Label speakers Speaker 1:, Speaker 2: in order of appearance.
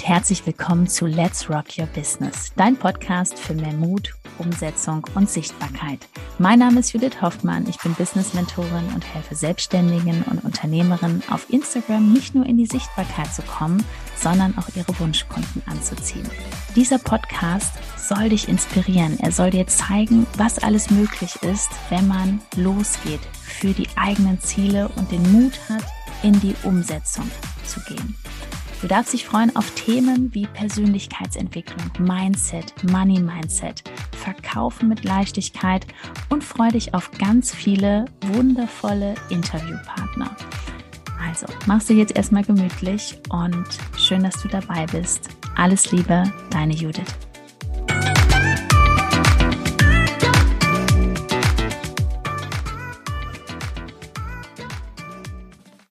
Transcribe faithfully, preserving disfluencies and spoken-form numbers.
Speaker 1: herzlich willkommen zu Let's Rock Your Business, dein Podcast für mehr Mut, Umsetzung und Sichtbarkeit. Mein Name ist Judith Hoffmann, ich bin Business-Mentorin und helfe Selbstständigen und Unternehmerinnen auf Instagram nicht nur in die Sichtbarkeit zu kommen, sondern auch ihre Wunschkunden anzuziehen. Dieser Podcast soll dich inspirieren, er soll dir zeigen, was alles möglich ist, wenn man losgeht für die eigenen Ziele und den Mut hat, in die Umsetzung zu gehen. Du darfst dich freuen auf Themen wie Persönlichkeitsentwicklung, Mindset, Money Mindset, Verkaufen mit Leichtigkeit und freu dich auf ganz viele wundervolle Interviewpartner. Also, machst du jetzt erstmal gemütlich und schön, dass du dabei bist. Alles Liebe, deine Judith.